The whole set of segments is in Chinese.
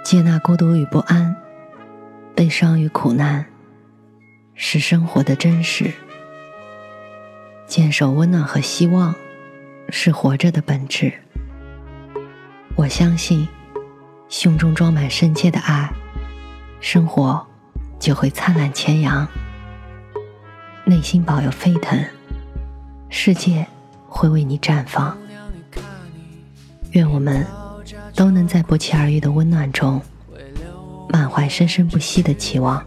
接纳孤独与不安，悲伤与苦难，是生活的真实。坚守温暖和希望，是活着的本质。我相信，胸中装满深切的爱，生活就会灿烂千阳；内心保有沸腾，世界会为你绽放。愿我们都能在不期而遇的温暖中，满怀生生不息的期望。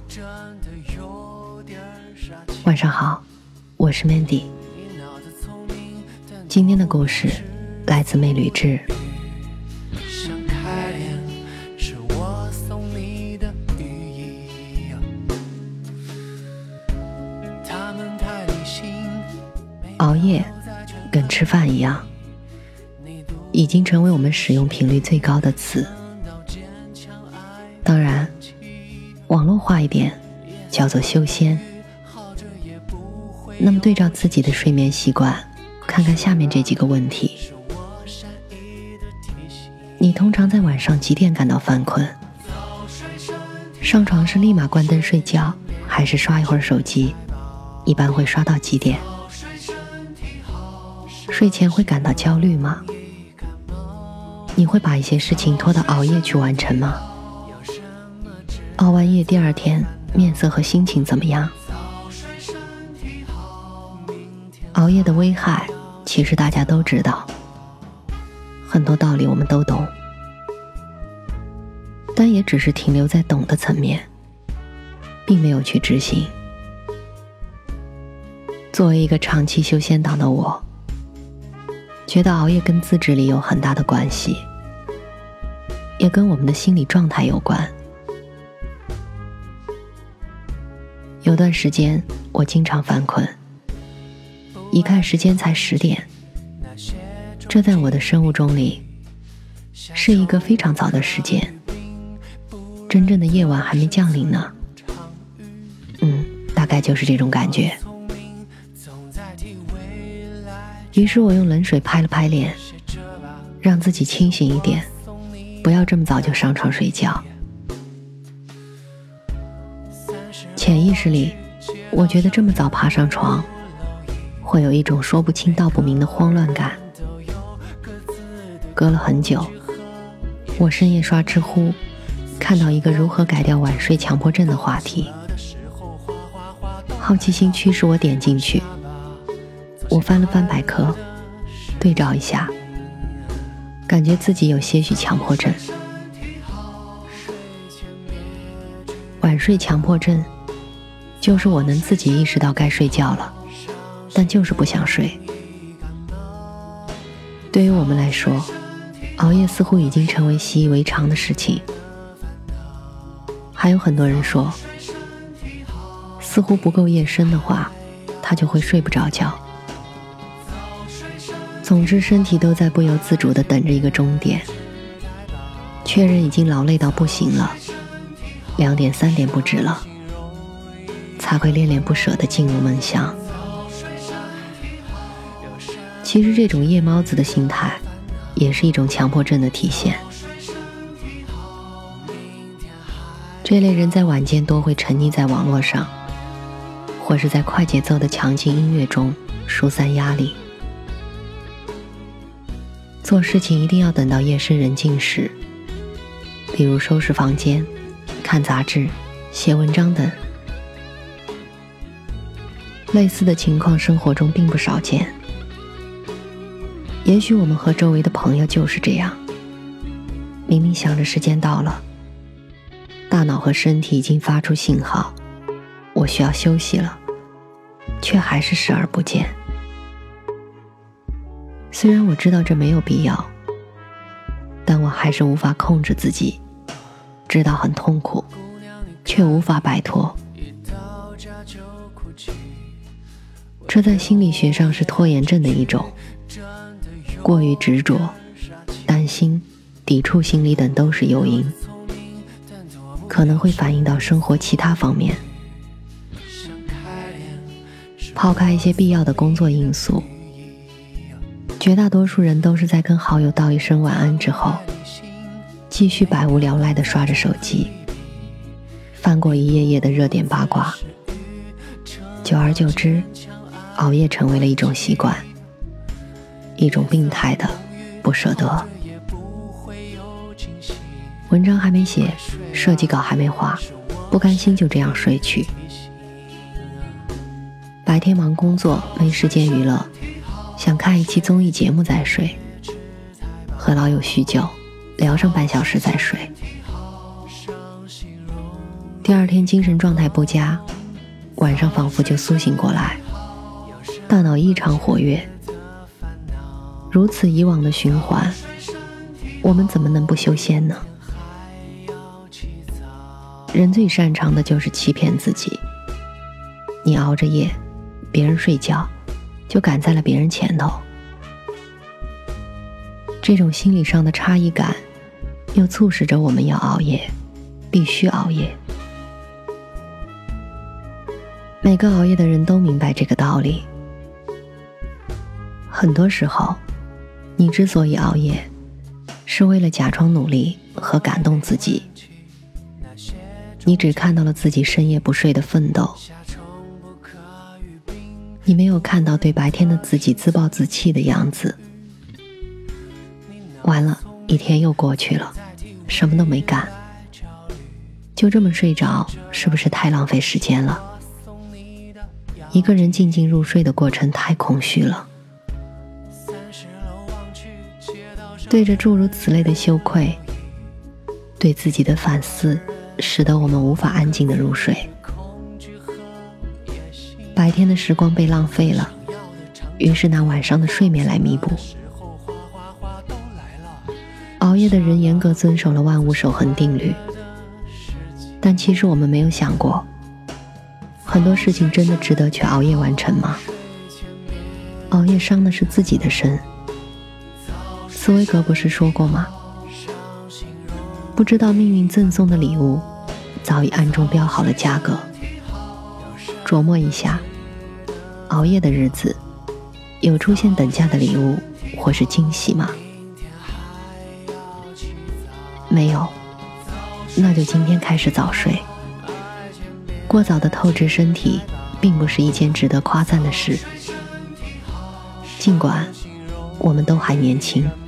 晚上好，我是 Mandy。今天的故事来自魅旅志。熬夜跟吃饭一样，已经成为我们使用频率最高的词。当然，网络化一点叫做修仙。那么对照自己的睡眠习惯，看看下面这几个问题。你通常在晚上几点感到犯困？上床是立马关灯睡觉，还是刷一会儿手机？一般会刷到几点？睡前会感到焦虑吗？你会把一些事情拖到熬夜去完成吗？熬完夜第二天面色和心情怎么样？熬夜的危害其实大家都知道，很多道理我们都懂，但也只是停留在懂的层面，并没有去执行。作为一个长期修仙党的我，觉得熬夜跟自制力有很大的关系，也跟我们的心理状态有关。有段时间我经常犯困，一看时间才10点，这在我的生物钟里是一个非常早的时间，真正的夜晚还没降临呢。大概就是这种感觉。于是我用冷水拍了拍脸，让自己清醒一点，不要这么早就上床睡觉。潜意识里，我觉得这么早爬上床，会有一种说不清道不明的慌乱感。隔了很久，我深夜刷知乎，看到一个如何改掉晚睡强迫症的话题。好奇心驱使我点进去，我翻了翻百科，对照一下，感觉自己有些许强迫症。晚睡强迫症就是我能自己意识到该睡觉了，但就是不想睡。对于我们来说，熬夜似乎已经成为习以为常的事情。还有很多人说，似乎不够夜深的话，他就会睡不着觉。总之，身体都在不由自主地等着一个终点，确认已经劳累到不行了，2点3点不止了，才会恋恋不舍地进入梦乡。其实这种夜猫子的心态也是一种强迫症的体现。这类人在晚间多会沉溺在网络上，或是在快节奏的强劲音乐中疏散压力。做事情一定要等到夜深人静时，比如收拾房间、看杂志、写文章等。类似的情况生活中并不少见。也许我们和周围的朋友就是这样，明明想着时间到了，大脑和身体已经发出信号，我需要休息了，却还是视而不见。虽然我知道这没有必要，但我还是无法控制自己，知道很痛苦，却无法摆脱。这在心理学上是拖延症的一种，过于执着、担心、抵触心理等都是诱因，可能会反映到生活其他方面。抛开一些必要的工作因素，绝大多数人都是在跟好友道一声晚安之后， 继续百无聊赖地刷着手机，翻过一页页的热点八卦。久而久之，熬夜成为了一种习惯，一种病态的不舍得。文章还没写，设计稿还没画，不甘心就这样睡去。白天忙工作，没时间娱乐，想看一期综艺节目再睡，和老友叙旧，聊上半小时再睡。第二天精神状态不佳，晚上仿佛就苏醒过来，大脑异常活跃。如此以往的循环，我们怎么能不修仙呢？人最擅长的就是欺骗自己。你熬着夜，别人睡觉，就赶在了别人前头。这种心理上的差异感，又促使着我们要熬夜，必须熬夜。每个熬夜的人都明白这个道理。很多时候，你之所以熬夜，是为了假装努力和感动自己。你只看到了自己深夜不睡的奋斗，你没有看到对白天的自己自暴自弃的样子。完了，一天又过去了，什么都没干，就这么睡着，是不是太浪费时间了？一个人静静入睡的过程太空虚了。对着诸如此类的羞愧，对自己的反思，使得我们无法安静地入睡。白天的时光被浪费了，于是拿晚上的睡眠来弥补。熬夜的人严格遵守了万物守恒定律，但其实我们没有想过，很多事情真的值得去熬夜完成吗？熬夜伤的是自己的身。茨威格不是说过吗？不知道命运赠送的礼物，早已暗中标好了价格。琢磨一下，熬夜的日子，有出现等价的礼物或是惊喜吗？没有，那就今天开始早睡。过早的透支身体，并不是一件值得夸赞的事。尽管我们都还年轻。